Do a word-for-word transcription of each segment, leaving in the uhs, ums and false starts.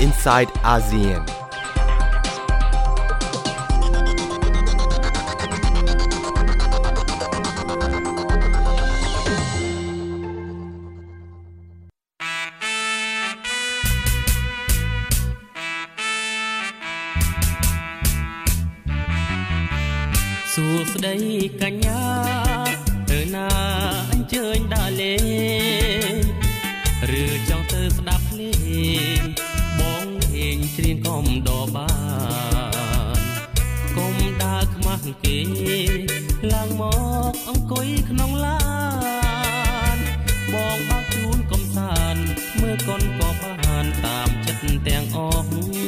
inside อาเซียนសួស្ដីកញ្ញាទៅណាអញ្ជើញដើរលេងឬចង់ទៅស្ដាប់ភ្លេងបងលេងច្រៀងកុំដបានកុំដើរខ្មាស់គេឡើងមកអង្គុយក្នុងឡានបងបើកជូនកំសាន្តមើលកូនក៏បានតាមចិត្តទាំងអស់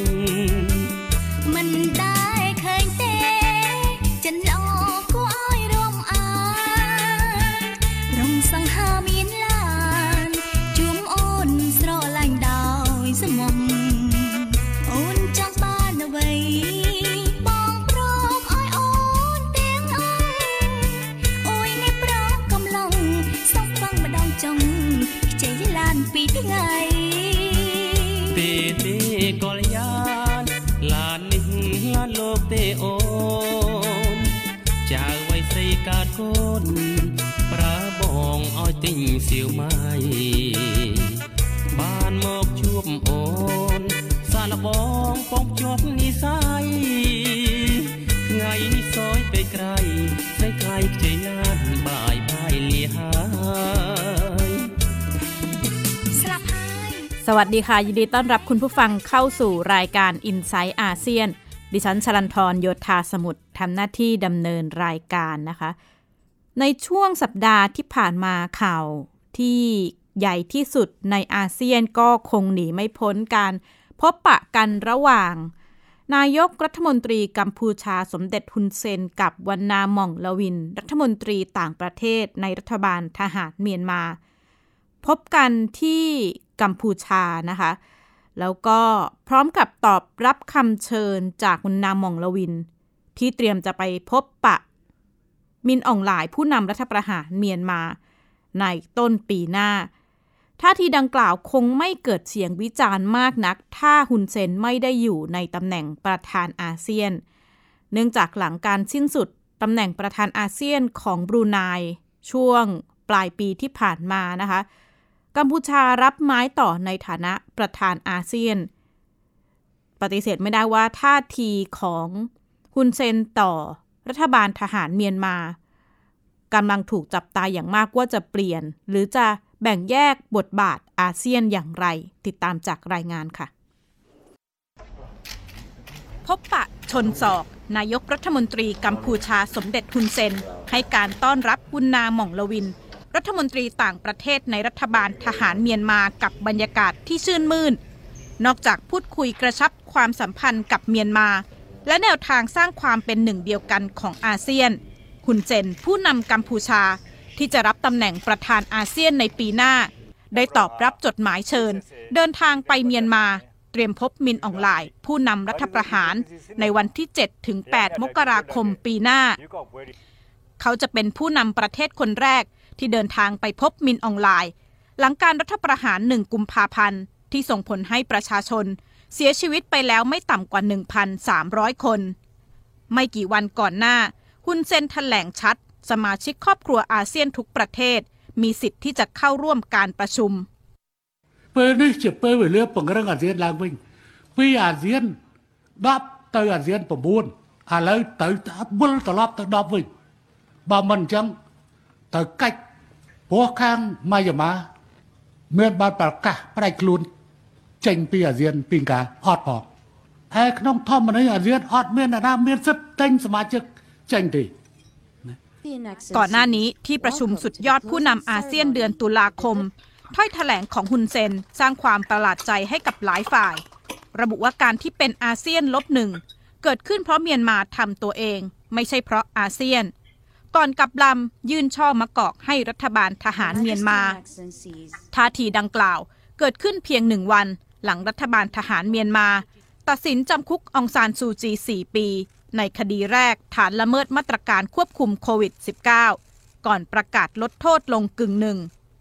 មិនដែរឃើញទេចិនល្អគួរឲ្យរំអានរំសង្ហាមានឡានជួមអូនស្រឡាញ់ដោយសមមអូនចង់បានអ្វីបងព្រមឲ្យអូនទាំងអស់អូយនេះប្រកំឡុងសុំបងម្ដងចុងខ្ចីឡានពីថ្ងៃទេទេកលយានឡាននេះឡានលោកទេអូនចៅវ័យស្រីកើតកូនប្រើបងឲ្យទិញសៀវម៉ាយបានមកជួបអូនសាឡបងបងជាប់និស័យថ្ងៃនេះសោយពេកក្រៃស្រីថ្លៃខ្ចីឡានបាយបាយលាហើយស្លាប់ហើយสวัสดีค่ะยินดีต้อนรับคุณผู้ฟังเข้าสู่รายการ Inside อาเซียนดิฉันชลันทรโยธาสมุทรทำหน้าที่ดำเนินรายการนะคะในช่วงสัปดาห์ที่ผ่านมาข่าวที่ใหญ่ที่สุดในอาเซียนก็คงหนีไม่พ้นการพบปะกันระหว่างนายกรัฐมนตรีกัมพูชาสมเด็จฮุนเซนกับวันนาหม่องละวินรัฐมนตรีต่างประเทศในรัฐบาลทหารเมียนมาพบกันที่กัมพูชานะคะแล้วก็พร้อมกับตอบรับคำเชิญจากวันนาหม่องละวินที่เตรียมจะไปพบปะมินอองหลายผู้นำรัฐประหารเมียนมาในต้นปีหน้าท่าทีดังกล่าวคงไม่เกิดเสียงวิจารณ์มากนักถ้าฮุนเซนไม่ได้อยู่ในตำแหน่งประธานอาเซียนเนื่องจากหลังการสิ้นสุดตำแหน่งประธานอาเซียนของบรูไนช่วงปลายปีที่ผ่านมานะคะกัมพูชารับไม้ต่อในฐานะประธานอาเซียนปฏิเสธไม่ได้ว่าท่าทีของฮุนเซนต่อรัฐบาลทหารเมียนมากำลังถูกจับตาอย่างมากว่าจะเปลี่ยนหรือจะแบ่งแยกบทบาทอาเซียนอย่างไรติดตามจากรายงานค่ะพบปะชนศอกนายกรัฐมนตรีกัมพูชาสมเด็จฮุนเซนให้การต้อนรับวันนาหม่องละวินรัฐมนตรีต่างประเทศในรัฐบาลทหารเมียนมากับบรรยากาศที่ชื่นมื่นนอกจากพูดคุยกระชับความสัมพันธ์กับเมียนมาและแนวทางสร้างความเป็นหนึ่งเดียวกันของอาเซียนฮุนเซนผู้นำกัมพูชาที่จะรับตำแหน่งประธานอาเซียนในปีหน้าได้ตอบรับจดหมายเชิญเดินทางไปเมียนมาเตรียมพบมินอองหลายผู้นำรัฐประหารในวันที่ เจ็ดถึงแปด มกราคมปีหน้าเขาจะเป็นผู้นำประเทศคนแรกที่เดินทางไปพบมินอองหลายหลังการรัฐประหารหนึ่งกุมภาพันธ์ที่ส่งผลให้ประชาชนเสียชีวิตไปแล้วไม่ต่ำกว่า หนึ่งพันสามร้อย คนไม่กี่วันก่อนหน้าฮุนเซนแถลงชัดสมาชิกครอบครัวอาเซียนทุกประเทศมีสิทธิ์ที่จะเข้าร่วมการประชุมเปิดนี่จะเปิดเรื่องปงเรื่องอาเซียนลางวิ่งปีอาเซียนดับเตออาเซียนประมูลอะไรเตอบุลตลอดเตอดับวิ่งบามันจังเตอกัดพวกข้างมาอย่ามาเมื่อบาดปากกะไปกลุนเจงปีอาเซียนปิงกาฮอดพอไอ้ขนมทอมมันในอาเซียนฮอดเมียนนาเมียนสุดเจงสมาชิกเจงดีก่อนหน้านี้ที่ประชุมสุดยอดผู้นำอาเซียนเดือนตุลาคมถ้อยแถลงของฮุนเซนสร้างความประหลาดใจให้กับหลายฝ่ายระบุว่าการที่เป็นอาเซียนลบหนึ่งเกิดขึ้นเพราะเมียนมาทำตัวเองไม่ใช่เพราะอาเซียนก่อนกับลำยื่นช่อมะกอกให้รัฐบาลทหารเมียนมาท่าทีดังกล่าวเกิดขึ้นเพียงหนึ่งวันหลังรัฐบาลทหารเมียนมาตัดสินจำคุกองซานซูจีสี่ปีในคดีแรกฐานละเมิดมาตรการควบคุมโควิด สิบเก้า ก่อนประกาศลดโทษลงกึ่งหนึ่ง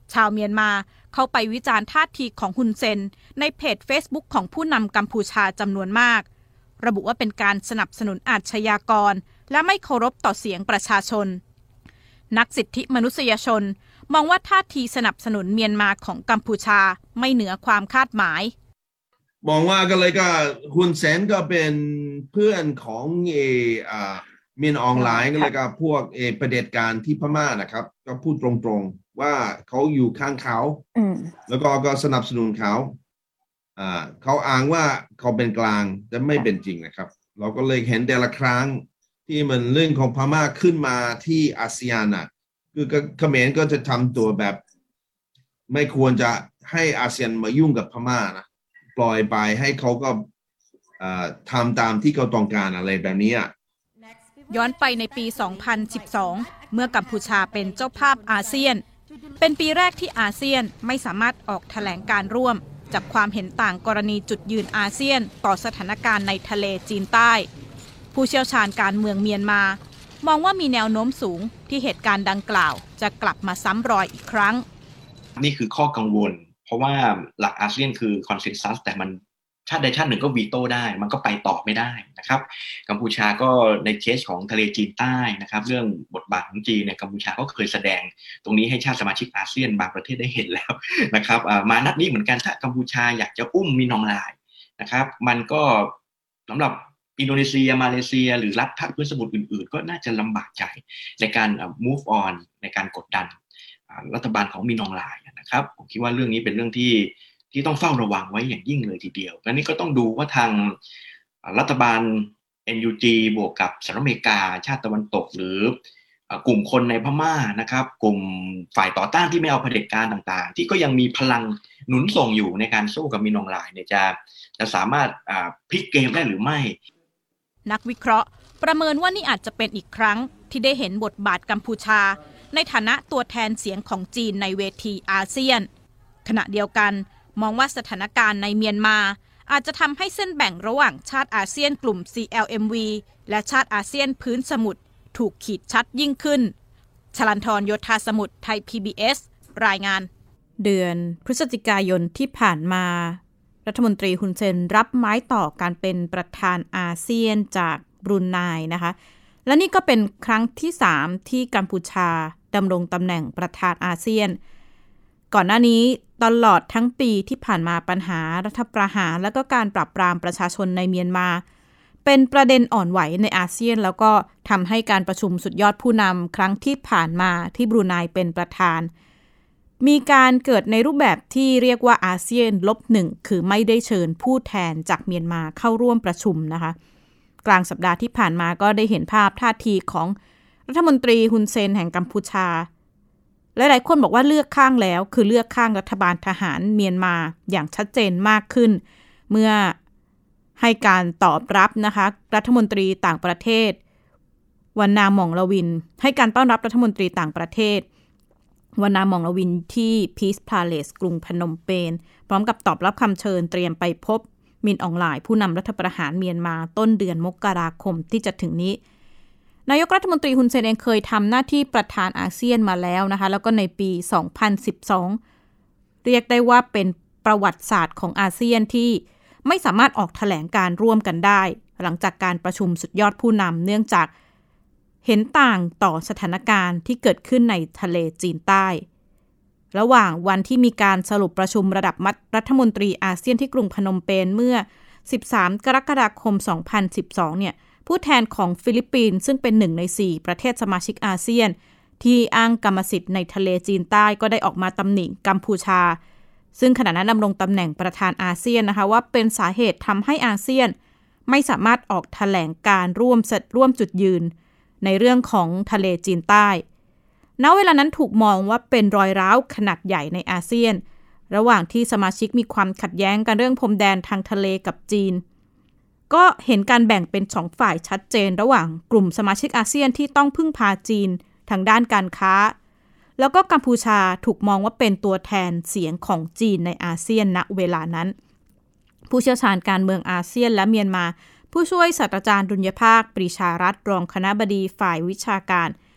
ชาวเมียนมาเข้าไปวิจารณ์ท่าทีของฮุนเซนในเพจ Facebook ของผู้นำกัมพูชาจำนวนมากระบุว่าเป็นการสนับสนุนอาชญากรและไม่เคารพต่อเสียงประชาชนนักสิทธิมนุษยชนมองว่าท่าทีสนับสนุนเมียนมาของกัมพูชาไม่เหนือความคาดหมายมองว่าก็เลยก็ฮุนเซนก็เป็นเพื่อนของเออ่าเมียนออนไลน์ก็เลยก็พวกเอเผด็จการที่พม่านะครับก็พูดตรงๆว่าเขาอยู่ข้างเขาแล้วก็ก็สนับสนุนเขาอ่าเขาอ้างว่าเขาเป็นกลางแต่ไม่เป็นจริงนะครับเราก็เลยเห็นแต่ละครั้งที่มันเรื่องของพม่าขึ้นมาที่อาเซียนน่ะคือเขมรก็จะทำตัวแบบไม่ควรจะให้อาเซียนมายุ่งกับพม่านะปล่อยไปให้เขาก็ทำตามที่เขาต้องการอะไรแบบนี้ย้อนไปในปี สองพันสิบสอง เมื่อกัมพูชาเป็นเจ้าภาพอาเซียนเป็นปีแรกที่อาเซียนไม่สามารถออกแถลงการร่วมจากความเห็นต่างกรณีจุดยืนอาเซียนต่อสถานการณ์ในทะเลจีนใต้ผู้เชี่ยวชาญการเมืองเมียนมามองว่ามีแนวโน้มสูงที่เหตุการณ์ดังกล่าวจะกลับมาซ้ำรอยอีกครั้งนี่คือข้อกังวลเพราะว่าหลักอาเซียนคือคอนเซนซัสแต่มันชาติใดชาติหนึ่งก็วีโต้ได้มันก็ไปต่อไม่ได้นะครับกัมพูชาก็ในเคสของทะเลจีนใต้นะครับเรื่องบทบาทของจีนเนี่ยกัมพูชาก็เคยแสดงตรงนี้ให้ชาติสมาชิกอาเซียนบางประเทศได้เห็นแล้วนะครับมานัดนี้เหมือนกันถ้ากัมพูชาอยากจะอุ้มมินอองหลายนะครับมันก็สำหรับอินโดนีเซียมาเลเซียหรือรัฐภาคพื้นสมุทรอื่นๆก็น่าจะลำบากใจในการ move on ในการกดดันรัฐบาลของมินอองหลายนะครับผมคิดว่าเรื่องนี้เป็นเรื่องที่ที่ต้องเฝ้าระวังไว้อย่างยิ่งเลยทีเดียวและนี่ก็ต้องดูว่าทางรัฐบาล เอ็น ยู จี บวกกับสหรัฐอเมริกาชาติตะวันตกหรือกลุ่มคนในพม่านะครับกลุ่มฝ่ายต่อต้านที่ไม่เอาเผด็จการต่างๆที่ก็ยังมีพลังหนุนส่งอยู่ในการสู้กับมินอองหลายเนี่ยจะจะสามารถพลิกเกมได้หรือไม่นักวิเคราะห์ประเมินว่านี่อาจจะเป็นอีกครั้งที่ได้เห็นบทบาทกัมพูชาในฐานะตัวแทนเสียงของจีนในเวทีอาเซียนขณะเดียวกันมองว่าสถานการณ์ในเมียนมาอาจจะทำให้เส้นแบ่งระหว่างชาติอาเซียนกลุ่ม ซี แอล เอ็ม วี และชาติอาเซียนพื้นสมุทรถูกขีดชัดยิ่งขึ้นชลันทร โยธาสมุทรไทย พี บี เอส รายงานเดือนพฤศจิกายนที่ผ่านมารัฐมนตรีฮุนเซนรับไม้ต่อการเป็นประธานอาเซียนจากบรูไนนะคะและนี่ก็เป็นครั้งที่สามที่กัมพูชาดำรงตำแหน่งประธานอาเซียนก่อนหน้านี้ตลอดทั้งปีที่ผ่านมาปัญหารัฐประหารและก็การปราบปรามประชาชนในเมียนมาเป็นประเด็นอ่อนไหวในอาเซียนแล้วก็ทำให้การประชุมสุดยอดผู้นำครั้งที่ผ่านมาที่บรูไนเป็นประธานมีการเกิดในรูปแบบที่เรียกว่าอาเซียนลบหนึ่งคือไม่ได้เชิญผู้แทนจากเมียนมาเข้าร่วมประชุมนะคะกลางสัปดาห์ที่ผ่านมาก็ได้เห็นภาพท่าทีของรัฐมนตรีฮุนเซนแห่งกัมพูชาหลายๆคนบอกว่าเลือกข้างแล้วคือเลือกข้างรัฐบาลทหารเมียนมาอย่างชัดเจนมากขึ้นเมื่อให้การตอบรับนะคะรัฐมนตรีต่างประเทศวันนาหม่องละวินให้การต้อนรับรัฐมนตรีต่างประเทศวันนาหม่องละวินที่ Peace Palace กรุงพนมเปญพร้อมกับตอบรับคำเชิญเตรียมไปพบมินอองหลายผู้นำรัฐประหารเมียนมาต้นเดือนมกราคมที่จะถึงนี้นายกรัฐมนตรีฮุนเซนเองเคยทำหน้าที่ประธานอาเซียนมาแล้วนะคะแล้วก็ในปีสองพันสิบสองเรียกได้ว่าเป็นประวัติศาสตร์ของอาเซียนที่ไม่สามารถออกแถลงการร่วมกันได้หลังจากการประชุมสุดยอดผู้นำเนื่องจากเห็นต่างต่อสถานการณ์ที่เกิดขึ้นในทะเลจีนใต้ระหว่างวันที่มีการสรุปประชุมระดับรัฐมนตรีอาเซียนที่กรุงพนมเปญเมื่อสิบสามกรกฎาคมสองพันสิบสองเนี่ยผู้แทนของฟิลิปปินส์ซึ่งเป็นหนึ่งในสี่ประเทศสมาชิกอาเซียนที่อ้างกรรมสิทธิ์ในทะเลจีนใต้ก็ได้ออกมาตำหนิกัมพูชาซึ่งขณะนั้นดำรงตำแหน่งประธานอาเซียนนะคะว่าเป็นสาเหตุทำให้อาเซียนไม่สามารถออกแถลงการร่วมร่วมจุดยืนในเรื่องของทะเลจีนใต้ณเวลานั้นถูกมองว่าเป็นรอยร้าวขนาดใหญ่ในอาเซียนระหว่างที่สมาชิกมีความขัดแย้งกันเรื่องพรมแดนทางทะเลกับจีนก็เห็นการแบ่งเป็นสองฝ่ายชัดเจนระหว่างกลุ่มสมาชิกอาเซียนที่ต้องพึ่งพาจีนทางด้านการค้าแล้วก็กัมพูชาถูกมองว่าเป็นตัวแทนเสียงของจีนในอาเซียนณเวลานั้นผู้เชี่ยวชาญการเมืองอาเซียนและเมียนมาผู้ช่วยศาสตราจารย์ดุลยภาคปรีชารัตน์รองคณบดีฝ่ายวิชาการ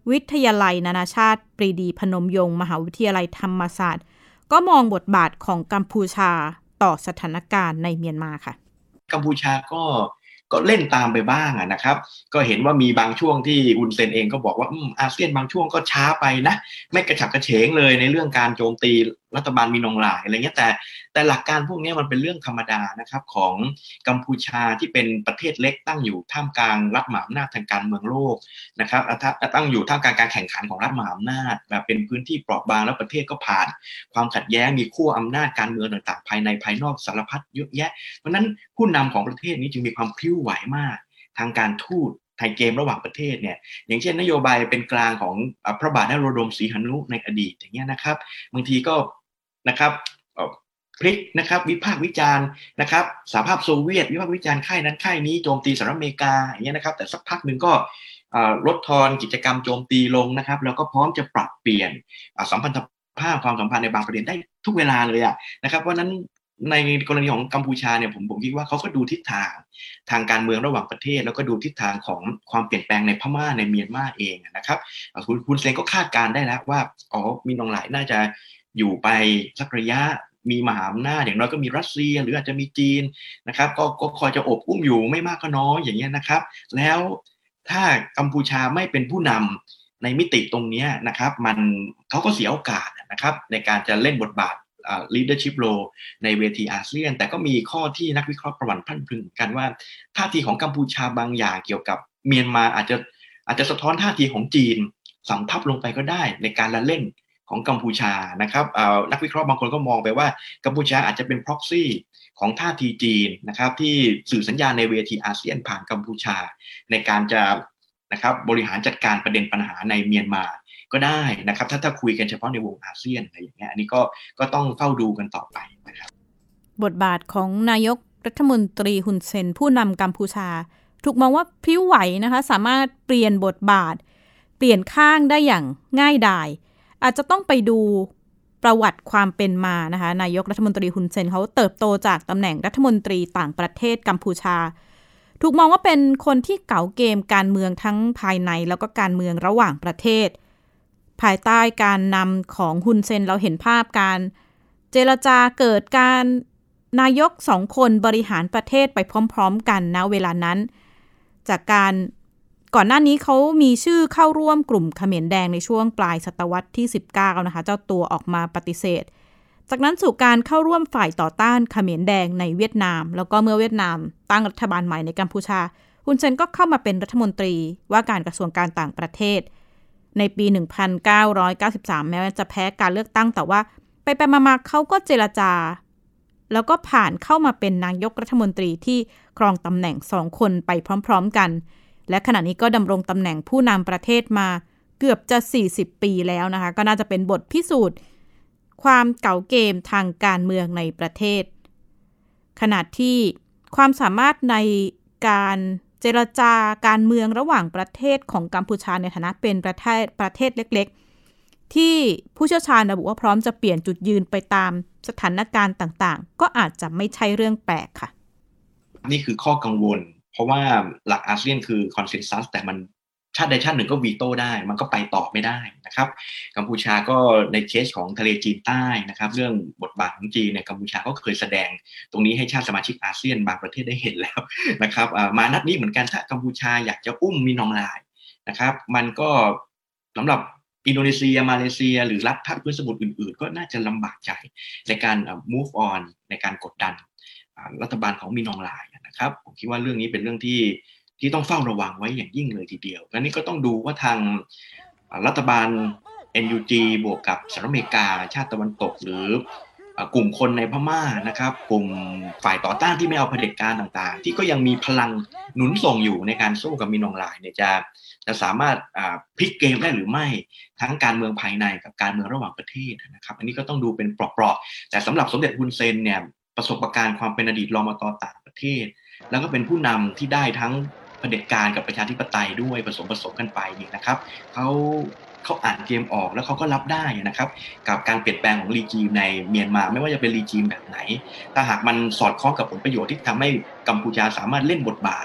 วิทยาลัยนานาชาติปรีดีพนมยงค์มหาวิทยาลัยธรรมศาสตร์ก็มองบทบาทของกัมพูชาต่อสถานการณ์ในเมียนมาค่ะกัมพูชาก็ก็เล่นตามไปบ้างนะครับก็เห็นว่ามีบางช่วงที่อุนเซนเองก็บอกว่าอืมอาเซียนบางช่วงก็ช้าไปนะไม่กระฉับกระเฉงเลยในเรื่องการโจมตีรัฐบาลมินอองหลายอะไรเงี้ยแต่แต่หลักการพวกนี้มันเป็นเรื่องธรรมดานะครับของกัมพูชาที่เป็นประเทศเล็กตั้งอยู่ท่ามกลางรัฐมหาอำนาจทางการเมืองโลกนะครับตั้งอยู่ท่ามกลางการแข่งขันของรัฐมหาอำนาจแบบเป็นพื้นที่เปราะบางแล้วประเทศก็ผ่านความขัดแย้งมีขั้วอำนาจการเมืองต่างๆภายในภายนอกสารพัดเยอะแยะเพราะนั้นผู้นำของประเทศนี้จึงมีความพลิ้วไหวมากทางการทูตไทยเกมระหว่างประเทศเนี่ยอย่างเช่นนโยบายเป็นกลางของพระบาทนโรดมศรีหนุในอดีตอย่างเงี้ยนะครับบางทีก็นะครับพลิกนะครับวิพากษ์วิจารณ์นะครับสหภาพโซเวียตวิพากษ์วิจารณ์ค่ายนั้นค่ายนี้โจมตีสหรัฐอเมริกาอย่างเงี้ยนะครับแต่สักพักหนึ่งก็ลดทอนกิจกรรมโจมตีลงนะครับแล้วก็พร้อมจะปรับเปลี่ยนสัมพันธภาพความสัมพันธ์ในบางประเด็นได้ทุกเวลาเลยอ่ะนะครับเพราะนั้นในกรณีของกัมพูชาเนี่ยผมผมคิดว่าเขาก็ดูทิศทางทางการเมืองระหว่างประเทศแล้วก็ดูทิศทางของความเปลี่ยนแปลงในพม่าในเมียนมาเองนะครับคุณคุณเซนก็คาดการได้แล้วว่าอ๋อมินอองหลายน่าจะอยู่ไปสักระยะมีมหาอำนาจอย่างน้อยก็มีรัสเซียหรืออาจจะมีจีนนะครับก็ก็คอยจะอบอุ้มอยู่ไม่มากก็น้อยอย่างเงี้ยนะครับแล้วถ้ากัมพูชาไม่เป็นผู้นำในมิติตรงนี้นะครับมันเขาก็เสียโอกาสนะครับในการจะเล่นบทบาทleadership role ในเวทีอาเซียนแต่ก็มีข้อที่นักวิเคราะห์ประวัติพันพึงกันว่าท่าทีของกัมพูชาบางอย่างเกี่ยวกับเมียนมาอาจจะอาจจะสะท้อนท่าทีของจีนสำทับลงไปก็ได้ในการละเล่นของกัมพูชานะครับนักวิเคราะห์บางคนก็มองไปว่ากัมพูชาอาจจะเป็น proxy ของท่าทีจีนนะครับที่สื่อสัญญาณในเวทีอาเซียนผ่านกัมพูชาในการจะนะครับบริหารจัดการประเด็นปัญหาในเมียนมาก็ได้นะครับถ้าถ้าคุยกันเฉพาะในวงอาเซียนอะไรอย่างเงี้ยอันนี้ก็ก็ต้องเฝ้าดูกันต่อไปนะครับบทบาทของนายกรัฐมนตรีฮุนเซนผู้นำกัมพูชาถูกมองว่าพลิ้วไหวนะคะสามารถเปลี่ยนบทบาทเปลี่ยนข้างได้อย่างง่ายดายอาจจะต้องไปดูประวัติความเป็นมานะคะนายกรัฐมนตรีฮุนเซนเขาเติบโตจากตำแหน่งรัฐมนตรีต่างประเทศกัมพูชาถูกมองว่าเป็นคนที่เก๋าเกมการเมืองทั้งภายในแล้วก็การเมืองระหว่างประเทศภายใต้การนำของฮุนเซนเราเห็นภาพการเจรจาเกิดการนายกสองคนบริหารประเทศไปพร้อมๆกันนะเวลานั้นจากการก่อนหน้านี้เขามีชื่อเข้าร่วมกลุ่มเขมรแดงในช่วงปลายศตวรรษที่สิบเก้านะคะเจ้าตัวออกมาปฏิเสธจากนั้นสู่การเข้าร่วมฝ่ายต่อต้านเขมรแดงในเวียดนามแล้วก็เมื่อเวียดนามตั้งรัฐบาลใหม่ในกัมพูชาฮุนเซนก็เข้ามาเป็นรัฐมนตรีว่าการกระทรวงการต่างประเทศในปีหนึ่งพันเก้าร้อยเก้าสิบสามแม้ว่าจะแพ้การเลือกตั้งแต่ว่าไปไปมาๆเขาก็เจรจาแล้วก็ผ่านเข้ามาเป็นนายกรัฐมนตรีที่ครองตำแหน่งสองคนไปพร้อมๆกันและขณะนี้ก็ดำรงตำแหน่งผู้นำประเทศมาเกือบจะสี่สิบปีแล้วนะคะก็น่าจะเป็นบทพิสูจน์ความเก๋าเกมทางการเมืองในประเทศขณะที่ความสามารถในการเจรจาการเมืองระหว่างประเทศของกัมพูชาในฐานะเป็นประเทศประเทศเล็กๆที่ผู้เชี่ยวชาญระบุว่าพร้อมจะเปลี่ยนจุดยืนไปตามสถานการณ์ต่างๆก็อาจจะไม่ใช่เรื่องแปลกค่ะนี่คือข้อกังวลเพราะว่าหลักอาเซียนคือคอนเซนซัสแต่มันชาติใดชาติหนึ่งก็วีโต้ได้มันก็ไปต่อไม่ได้นะครับกัมพูชาก็ในเคสของทะเลจีนใต้นะครับเรื่องบทบาทของจีนเนี่ยกัมพูชาก็เคยแสดงตรงนี้ให้ชาติสมาชิกอาเซียนบางประเทศได้เห็นแล้วนะครับมานัดนี้เหมือนกันถ้ากัมพูชาอยากจะอุ้มมินอองหลายนะครับมันก็สำหรับอินโดนีเซียมาเลเซียหรือรัฐภาคพื้นสมุทรอื่นๆก็น่าจะลำบากใจในการ move on ในการกดดันรัฐบาลของมินอองหลายนะครับผมคิดว่าเรื่องนี้เป็นเรื่องที่ที่ต้องเฝ้าระวังไว้อย่างยิ่งเลยทีเดียวและนี่ก็ต้องดูว่าทางรัฐบาล เอ็น ยู จี บวกกับสหรัฐอเมริกาชาติตะวันตกหรือกลุ่มคนในพม่านะครับกลุ่มฝ่ายต่อต้านที่ไม่เอาเผด็จการต่างๆที่ก็ยังมีพลังหนุนส่งอยู่ในการสู้กับมินอองหลายเนี่ยจะจะสามารถพลิกเกมได้หรือไม่ทั้งการเมืองภายในกับการเมืองระหว่างประเทศนะครับอันนี้ก็ต้องดูเป็นเปราะๆแต่สำหรับสมเด็จฮุนเซนเนี่ยประสบการณ์ความเป็นอดีตรมต.ต่างประเทศแล้วก็เป็นผู้นำที่ได้ทั้งเผด็จการกับประชาธิปไตยด้วยผสมผสมกันไปนี่นะครับเขาเขาอ่านเกมออกแล้วเขาก็รับได้นะครับกับการเปลี่ยนแปลงของรีจิมในเมียนมาไม่ว่าจะเป็นรีจิมแบบไหนถ้าหากมันสอดคล้องกับผลประโยชน์ที่ทำให้กัมพูชาสามารถเล่นบทบาท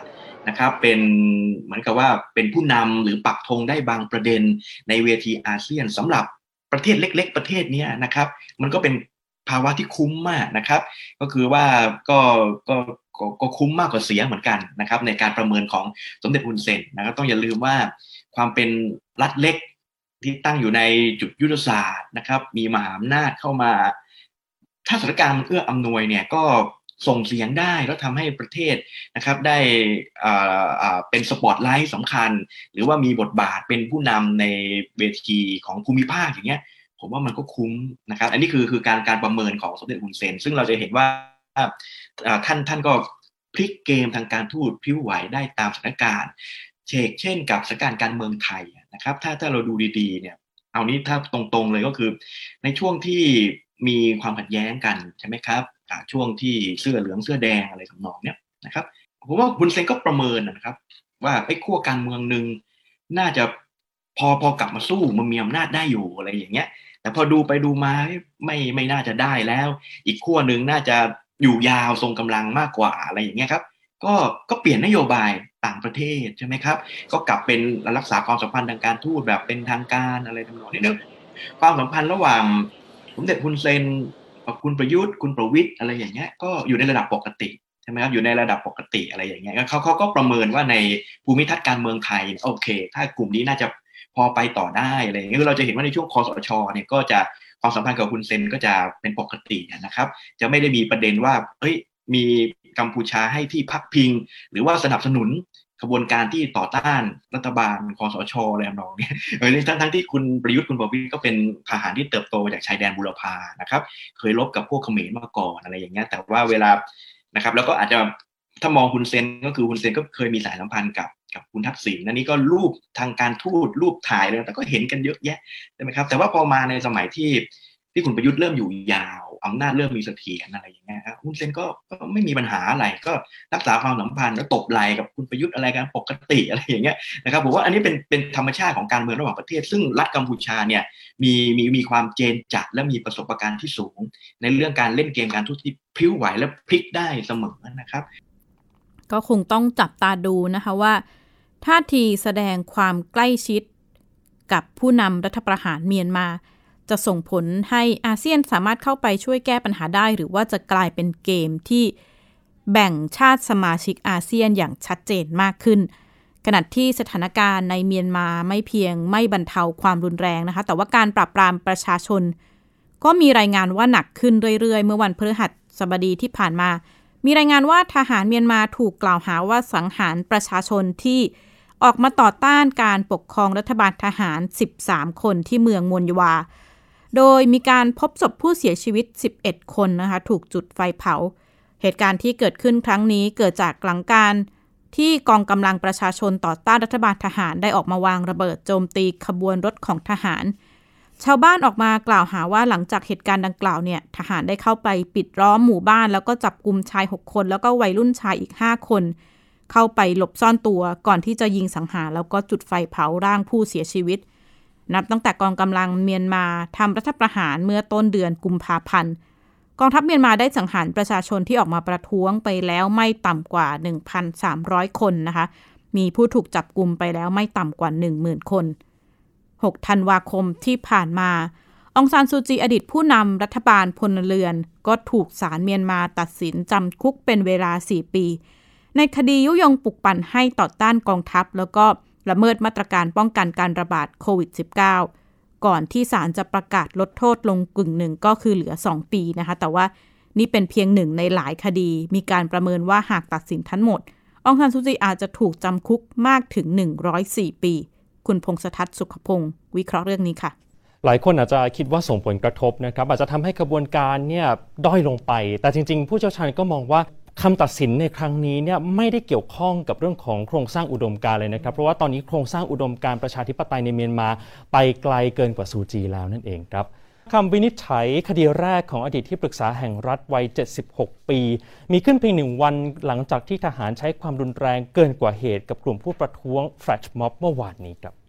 นะครับเป็นเหมือนกับว่าเป็นผู้นำหรือปักธงได้บางประเด็นในเวทีอาเซียนสำหรับประเทศเล็กๆประเทศนี้นะครับมันก็เป็นภาวะที่คุ้มมากนะครับก็คือว่าก็ก็ก็ก็คุ้มมากกว่าเสียเหมือนกันนะครับในการประเมินของสมเด็จฮุนเซนนะครับต้องอย่าลืมว่าความเป็นรัฐเล็กที่ตั้งอยู่ในจุดยุทธศาสตร์นะครับมีมหาอำนาจเข้ามาถ้าสถานการณ์มันเอื้ออำนวยเนี่ยก็ส่งเสียงได้แล้วทำให้ประเทศนะครับได้อ่าอ่าเป็นสปอตไลท์สำคัญหรือว่ามีบทบาทเป็นผู้นำในเวทีของภูมิภาคอย่างเงี้ยผมว่ามันก็คุ้มนะครับอันนี้คือคือการการประเมินของสมเด็จฮุนเซนซึ่งเราจะเห็นว่าท่านท่านก็พลิกเกมทางการทูตพลิ้วไหวได้ตามสถานการณ์เช่นเช่นกับสถานการณ์การเมืองไทยนะครับถ้าถ้าเราดูดีๆเนี่ยเอานี้ถ้าตรงๆเลยก็คือในช่วงที่มีความขัดแย้งกันใช่ไหมครับช่วงที่เสื้อเหลืองเสื้อแดงอะไรทำนองเนี้ยนะครับผมว่าฮุนเซนก็ประเมินนะครับว่าไอ้ขั้วการเมืองนึงน่าจะพอพอกลับมาสู้มันมีอำนาจได้อยู่อะไรอย่างเงี้ยแต่พอดูไปดูมาไม่ไม่น่าจะได้แล้วอีกขั้วนึงน่าจะอยู่ยาวทรงกำลังมากกว่าอะไรอย่างเงี้ยครับก็ก็เปลี่ยนนโยบายต่างประเทศใช่ไหมครับก็กลับเป็นรักษาความสัมพันธ์ทางการทูตแบบเป็นทางการอะไรทำนองนี้เนอะความสัมพันธ์ระหว่างสมเด็จฮุนเซนกับคุณประยุทธ์คุณประวิตรอะไรอย่างเงี้ยก็อยู่ในระดับปกติใช่ไหมครับอยู่ในระดับปกติอะไรอย่างเงี้ยเขาเขาก็ประเมินว่าในภูมิทัศน์การเมืองไทยโอเคถ้ากลุ่มนี้น่าจะพอไปต่อได้อะไรอย่างเงี้ยเราจะเห็นว่าในช่วงคสชเนี่ยก็จะความสัมพันธ์กับฮุนเซนก็จะเป็นปกตินะครับจะไม่ได้มีประเด็นว่าเอ้ยมีกัมพูชาให้ที่พักพิงหรือว่าสนับสนุนขบวนการที่ต่อต้านรัฐบาลคสชอะไรแบบนี้เออทั้งทั้งที่คุณประยุทธ์คุณประวิตรก็เป็นทหารที่เติบโตจากชายแดนบูรพานะครับเคยรบกับพวกเขมรมาก่อนอะไรอย่างเงี้ยแต่ว่าเวลานะครับแล้วก็อาจจะถ้ามองฮุนเซนก็คือฮุนเซนก็เคยมีสายสัมพันธ์กับกับคุณทักษิณอันนี้ก็รูปทางการทูตรูปถ่ายเลยแต่ก็เห็นกันเยอะแยะใช่ไหมครับแต่ว่าพอมาในสมัยที่ที่คุณประยุทธ์เริ่มอยู่ยาวอำนาจเริ่มมีเสถียรอะไรอย่างเงี้ยครับฮุนเซนก็ก็ไม่มีปัญหาอะไรก็รักษาความสัมพันธ์แล้วตบไหล่กับคุณประยุทธ์อะไรกันปกติอะไรอย่างเงี้ยนะครับผมว่าอันนี้เป็นเป็นธรรมชาติของการเมืองระหว่างประเทศซึ่งรัฐกัมพูชาเนี่ยมีมีมีความเจนจัดและมีประสบการณ์ที่สูงในเรื่องการเล่นเกมการทูตที่พลิ้วไหวและพลิกได้เสมอนะครับก็คงต้องจับตาดูนะคะว่าท่าทีแสดงความใกล้ชิดกับผู้นำรัฐประหารเมียนมาจะส่งผลให้อาเซียนสามารถเข้าไปช่วยแก้ปัญหาได้หรือว่าจะกลายเป็นเกมที่แบ่งชาติสมาชิกอาเซียนอย่างชัดเจนมากขึ้นขณะที่สถานการณ์ในเมียนมาไม่เพียงไม่บรรเทาความรุนแรงนะคะแต่ว่าการปราบปรามประชาชนก็มีรายงานว่าหนักขึ้นเรื่อยๆเมื่อวันพฤหัสบดีที่ผ่านมามีรายงานว่าทหารเมียนมาถูกกล่าวหาว่าสังหารประชาชนที่ออกมาต่อต้านการปกครองรัฐบาลทหารสิบสามคนที่เมืองมวนยวาโดยมีการพบศพผู้เสียชีวิตสิบเอ็ดคนนะคะถูกจุดไฟเผาเหตุการณ์ที่เกิดขึ้นครั้งนี้เกิดจากหลังการที่กองกำลังประชาชนต่อต้านรัฐบาลทหารได้ออกมาวางระเบิดโจมตีขบวนรถของทหารชาวบ้านออกมากล่าวหาว่าหลังจากเหตุการณ์ดังกล่าวเนี่ยทหารได้เข้าไปปิดล้อมหมู่บ้านแล้วก็จับกุมชายหกคนแล้วก็วัยรุ่นชายอีกห้าคนเข้าไปหลบซ่อนตัวก่อนที่จะยิงสังหารแล้วก็จุดไฟเผาร่างผู้เสียชีวิตนับตั้งแต่กองกำลังเมียนมาทำรัฐประหารเมื่อต้นเดือนกุมภาพันธ์กองทัพเมียนมาได้สังหารประชาชนที่ออกมาประท้วงไปแล้วไม่ต่ำกว่า หนึ่งพันสามร้อย คนนะคะมีผู้ถูกจับกุมไปแล้วไม่ต่ำกว่า หนึ่งหมื่น คนหกธันวาคมที่ผ่านมาองซานซูจีอดีตผู้นำรัฐบาลพลเรือนก็ถูกศาลเมียนมาตัดสินจำคุกเป็นเวลาสี่ปีในคดียุยงปลุกปั่นให้ต่อต้านกองทัพแล้วก็ละเมิดมาตรการป้องกันการระบาดโควิด สิบเก้า ก่อนที่ศาลจะประกาศลดโทษลงกึ่งหนึ่งก็คือเหลือสองปีนะคะแต่ว่านี่เป็นเพียงหนึ่งในหลายคดีมีการประเมินว่าหากตัดสินทั้งหมดองซานซูจีอาจจะถูกจำคุกมากถึงหนึ่งร้อยสี่ปีคุณพงษ์ทัศน์สุขพงศ์วิเคราะห์เรื่องนี้ค่ะหลายคนอาจจะคิดว่าส่งผลกระทบนะครับอาจจะทำให้กระบวนการเนี่ยด้อยลงไปแต่จริงๆผู้เชี่ยวชาญก็มองว่าคำตัดสินในครั้งนี้เนี่ยไม่ได้เกี่ยวข้องกับเรื่องของโครงสร้างอุดมการณ์เลยนะครับเพราะว่าตอนนี้โครงสร้างอุดมการณ์ประชาธิปไตยในเมียนมาไปไกลเกินกว่าซูจีแล้วนั่นเองครับคำวินิจฉัยคดีแรกของอดีตที่ปรึกษาแห่งรัฐวัยเจ็ดสิบหกปีมีขึ้นเพียงหนึ่งวันหลังจากที่ทหารใช้ความรุนแรงเกินกว่าเหตุกับกลุ่มผู้ประท้วงแฟลชม็อบเมื่อวานนี้ครับ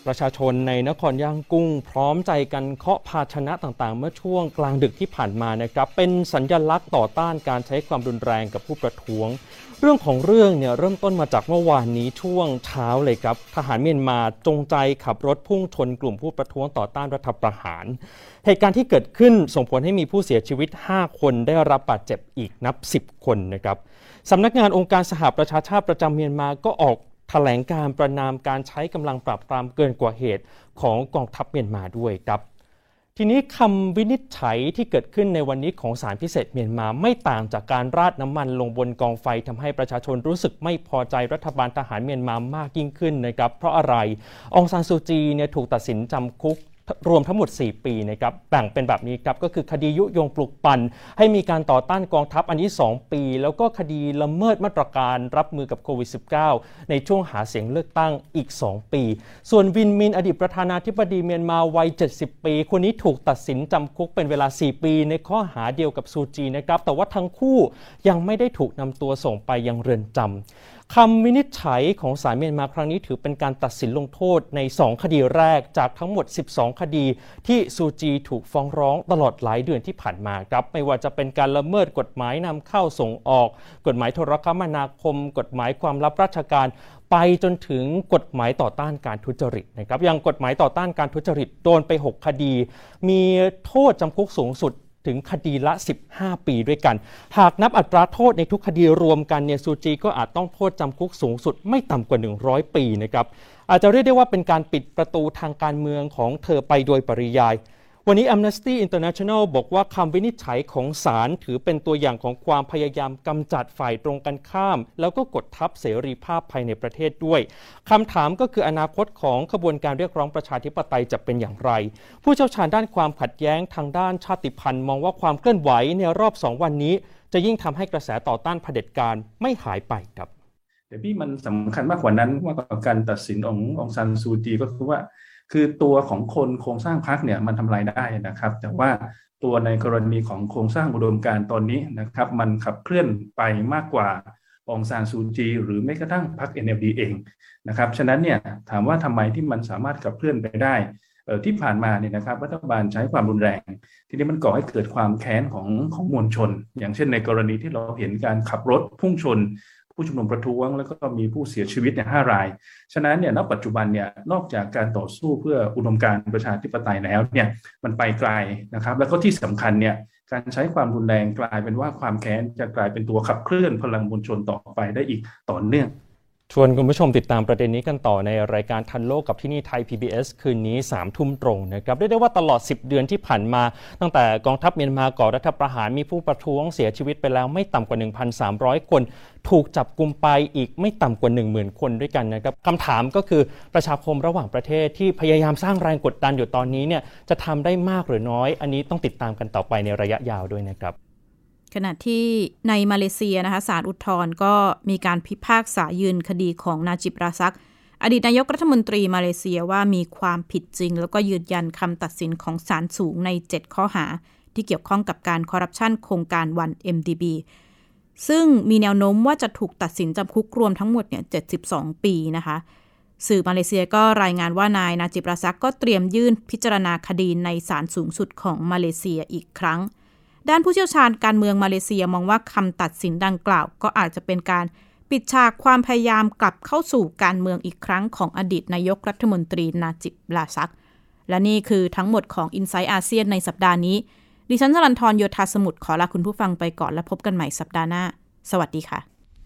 ประชาชนในนครย่างกุ้งพร้อมใจกันเคาะภาชนะต่างๆเมื่อช่วงกลางดึกที่ผ่านมานะครับเป็นสัญลักษณ์ต่อต้านการใช้ความรุนแรงกับผู้ประท้วงเรื่องของเรื่องเนี่ยเริ่มต้นมาจากเมื่อวานนี้ช่วงเช้าเลยครับทหารเมียนมาจงใจขับรถพุ่งชนกลุ่มผู้ประท้วงต่อต้านรัฐประหารเหตุการณ์ที่เกิดขึ้นส่งผลให้มีผู้เสียชีวิตห้าคนได้รับบาดเจ็บอีกนับสิบคนนะครับสำนักงานองค์การสหประชาชาติประจำเมียนมาก็ออกแถลงการประณามการใช้กำลังปราบปรามเกินกว่าเหตุของกองทัพเมียนมาด้วยครับทีนี้คำวินิจฉัยที่เกิดขึ้นในวันนี้ของศาลพิเศษเมียนมาไม่ต่างจากการราดน้ำมันลงบนกองไฟทำให้ประชาชนรู้สึกไม่พอใจรัฐบาลทหารเมียนมามากยิ่งขึ้นนะครับเพราะอะไรองซานซูจีเนี่ยถูกตัดสินจำคุกรวมทั้งหมดสี่ปีนะครับแบ่งเป็นแบบนี้ครับก็คือคดียุยงปลุกปั่นให้มีการต่อต้านกองทัพอันนี้สองปีแล้วก็คดีละเมิดมาตรการรับมือกับโควิด สิบเก้า ในช่วงหาเสียงเลือกตั้งอีกสองปีส่วนวินมินอดีตประธานาธิบดีเมียนมาวัยเจ็ดสิบปีคนนี้ถูกตัดสินจำคุกเป็นเวลาสี่ปีในข้อหาเดียวกับซูจีนะครับแต่ว่าทั้งคู่ยังไม่ได้ถูกนำตัวส่งไปยังเรือนจำคำวินิจฉัยของศาลเมียนมาครั้งนี้ถือเป็นการตัดสินลงโทษในสองคดีแรกจากทั้งหมดสิบสองคดีที่ซูจีถูกฟ้องร้องตลอดหลายเดือนที่ผ่านมาครับไม่ว่าจะเป็นการละเมิดกฎหมายนำเข้าส่งออกกฎหมายโทรคมนาคมกฎหมายความลับราชการไปจนถึงกฎหมายต่อต้านการทุจริตนะครับอย่างกฎหมายต่อต้านการทุจริตโดนไปหกคดีมีโทษจำคุกสูงสุดถึงคดีละสิบห้าปีด้วยกันหากนับอัตราโทษในทุกคดีรวมกันเนี่ยซูจีก็อาจต้องโทษจำคุกสูงสุดไม่ต่ำกว่าหนึ่งร้อยปีนะครับอาจจะเรียกได้ว่าเป็นการปิดประตูทางการเมืองของเธอไปโดยปริยายวันนี้ Amnesty International บอกว่าคำวินิจฉัยของศาลถือเป็นตัวอย่างของความพยายามกำจัดฝ่ายตรงกันข้ามแล้วก็กดทับเสรีภาพภายในประเทศด้วยคำถามก็คืออนาคตของขบวนการเรียกร้องประชาธิปไตยจะเป็นอย่างไรผู้เชี่ยวชาญด้านความขัดแย้งทางด้านชาติพันธุ์มองว่าความเคลื่อนไหวในรอบสองวันนี้จะยิ่งทำให้กระแสต่อต้านเผด็จการไม่หายไปครับแต่พี่มันสำคัญมากกว่านั้นมากกว่าการตัดสินขององซานซูจีก็คือว่าคือตัวของคนโครงสร้างพรรคเนี่ยมันทำลายได้นะครับแต่ว่าตัวในกรณีของโครงสร้างอุดมการณ์ตอนนี้นะครับมันขับเคลื่อนไปมากกว่าองซานซูจีหรือแม้กระทั่งพรรค เอ็น แอล ดี เองนะครับฉะนั้นเนี่ยถามว่าทำไมที่มันสามารถขับเคลื่อนไปได้เอ่อที่ผ่านมาเนี่ยนะครับรัฐบาลใช้ความรุนแรงทีนี้มันก่อให้เกิดความแค้นของของมวลชนอย่างเช่นในกรณีที่เราเห็นการขับรถพุ่งชนผู้ชุมนุมประท้วงแล้วก็มีผู้เสียชีวิตเนี่ยห้ารายฉะนั้นเนี่ยณปัจจุบันเนี่ยนอกจากการต่อสู้เพื่ออุดมการณ์ประชาธิปไตยแล้วเนี่ยมันไปไกลนะครับแล้วก็ที่สำคัญเนี่ยการใช้ความรุนแรงกลายเป็นว่าความแค้นจะกลายเป็นตัวขับเคลื่อนพลังมวลชนต่อไปได้อีกต่อเนื่องชวนคุณผู้ชมติดตามประเด็นนี้กันต่อในรายการทันโลกกับที่นี่ไทย พี บี เอส คืนนี้สามทุ่มตรงนะครับเรียกได้ว่าตลอดสิบเดือนที่ผ่านมาตั้งแต่กองทัพเมียนมาก่อรัฐประหารมีผู้ประท้วงเสียชีวิตไปแล้วไม่ต่ำกว่า หนึ่งพันสามร้อย คนถูกจับกุมไปอีกไม่ต่ำกว่า หนึ่งหมื่น คนด้วยกันนะครับคำถามก็คือประชาคมระหว่างประเทศที่พยายามสร้างแรงกดดันอยู่ตอนนี้เนี่ยจะทำได้มากหรือน้อยอันนี้ต้องติดตามกันต่อไปในระยะยาวด้วยนะครับขณะที่ในมาเลเซียนะคะศาลอุทธรณ์ก็มีการพิพากษายืนคดีของนาจิบราซักอดีตนายกรัฐมนตรีมาเลเซียว่ามีความผิดจริงแล้วก็ยืนยันคำตัดสินของศาลสูงในเจ็ดข้อหาที่เกี่ยวข้องกับการคอร์รัปชันโครงการ วัน เอ็ม ดี บี ซึ่งมีแนวโน้มว่าจะถูกตัดสินจำคุกรวมทั้งหมดเนี่ยเจ็ดสิบสองปีนะคะสื่อมาเลเซียก็รายงานว่านายนาจิบราซักก็เตรียมยื่นพิจารณาคดีในศาลสูงสุดของมาเลเซียอีกครั้งด้านผู้เชี่ยวชาญการเมืองมาเลเซียมองว่าคำตัดสินดังกล่าวก็อาจจะเป็นการปิดฉากความพยายามกลับเข้าสู่การเมืองอีกครั้งของอดีตนายกรัฐมนตรีนาจิบราซักและนี่คือทั้งหมดของ Insight อาเซียนในสัปดาห์นี้ดิฉันชลันทรโยธาสมุทรขอลาคุณผู้ฟังไปก่อนและพบกันใหม่สัปดาห์หน้าสวัสดีค่ะ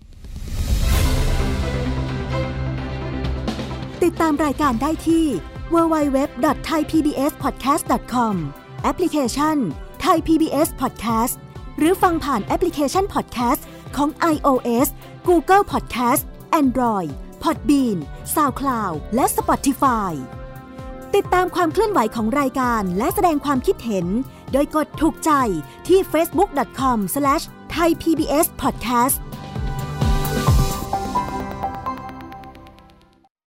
ติดตามรายการได้ที่ ดับเบิลยู ดับเบิลยู ดับเบิลยู ดอท ไทย พี บี เอส พอดแคสต์ ดอท คอม แอปพลิเคชัน Thai พี บี เอส Podcast หรือฟังผ่านแอปพลิเคชัน Podcast ของ iOS Google Podcast Android Podbean SoundCloud และ Spotify ติดตามความเคลื่อนไหวของรายการและแสดงความคิดเห็นโดยกดถูกใจที่ เฟซบุ๊ก ดอท คอม สแลช ไทย พี บี เอส พอดแคสต์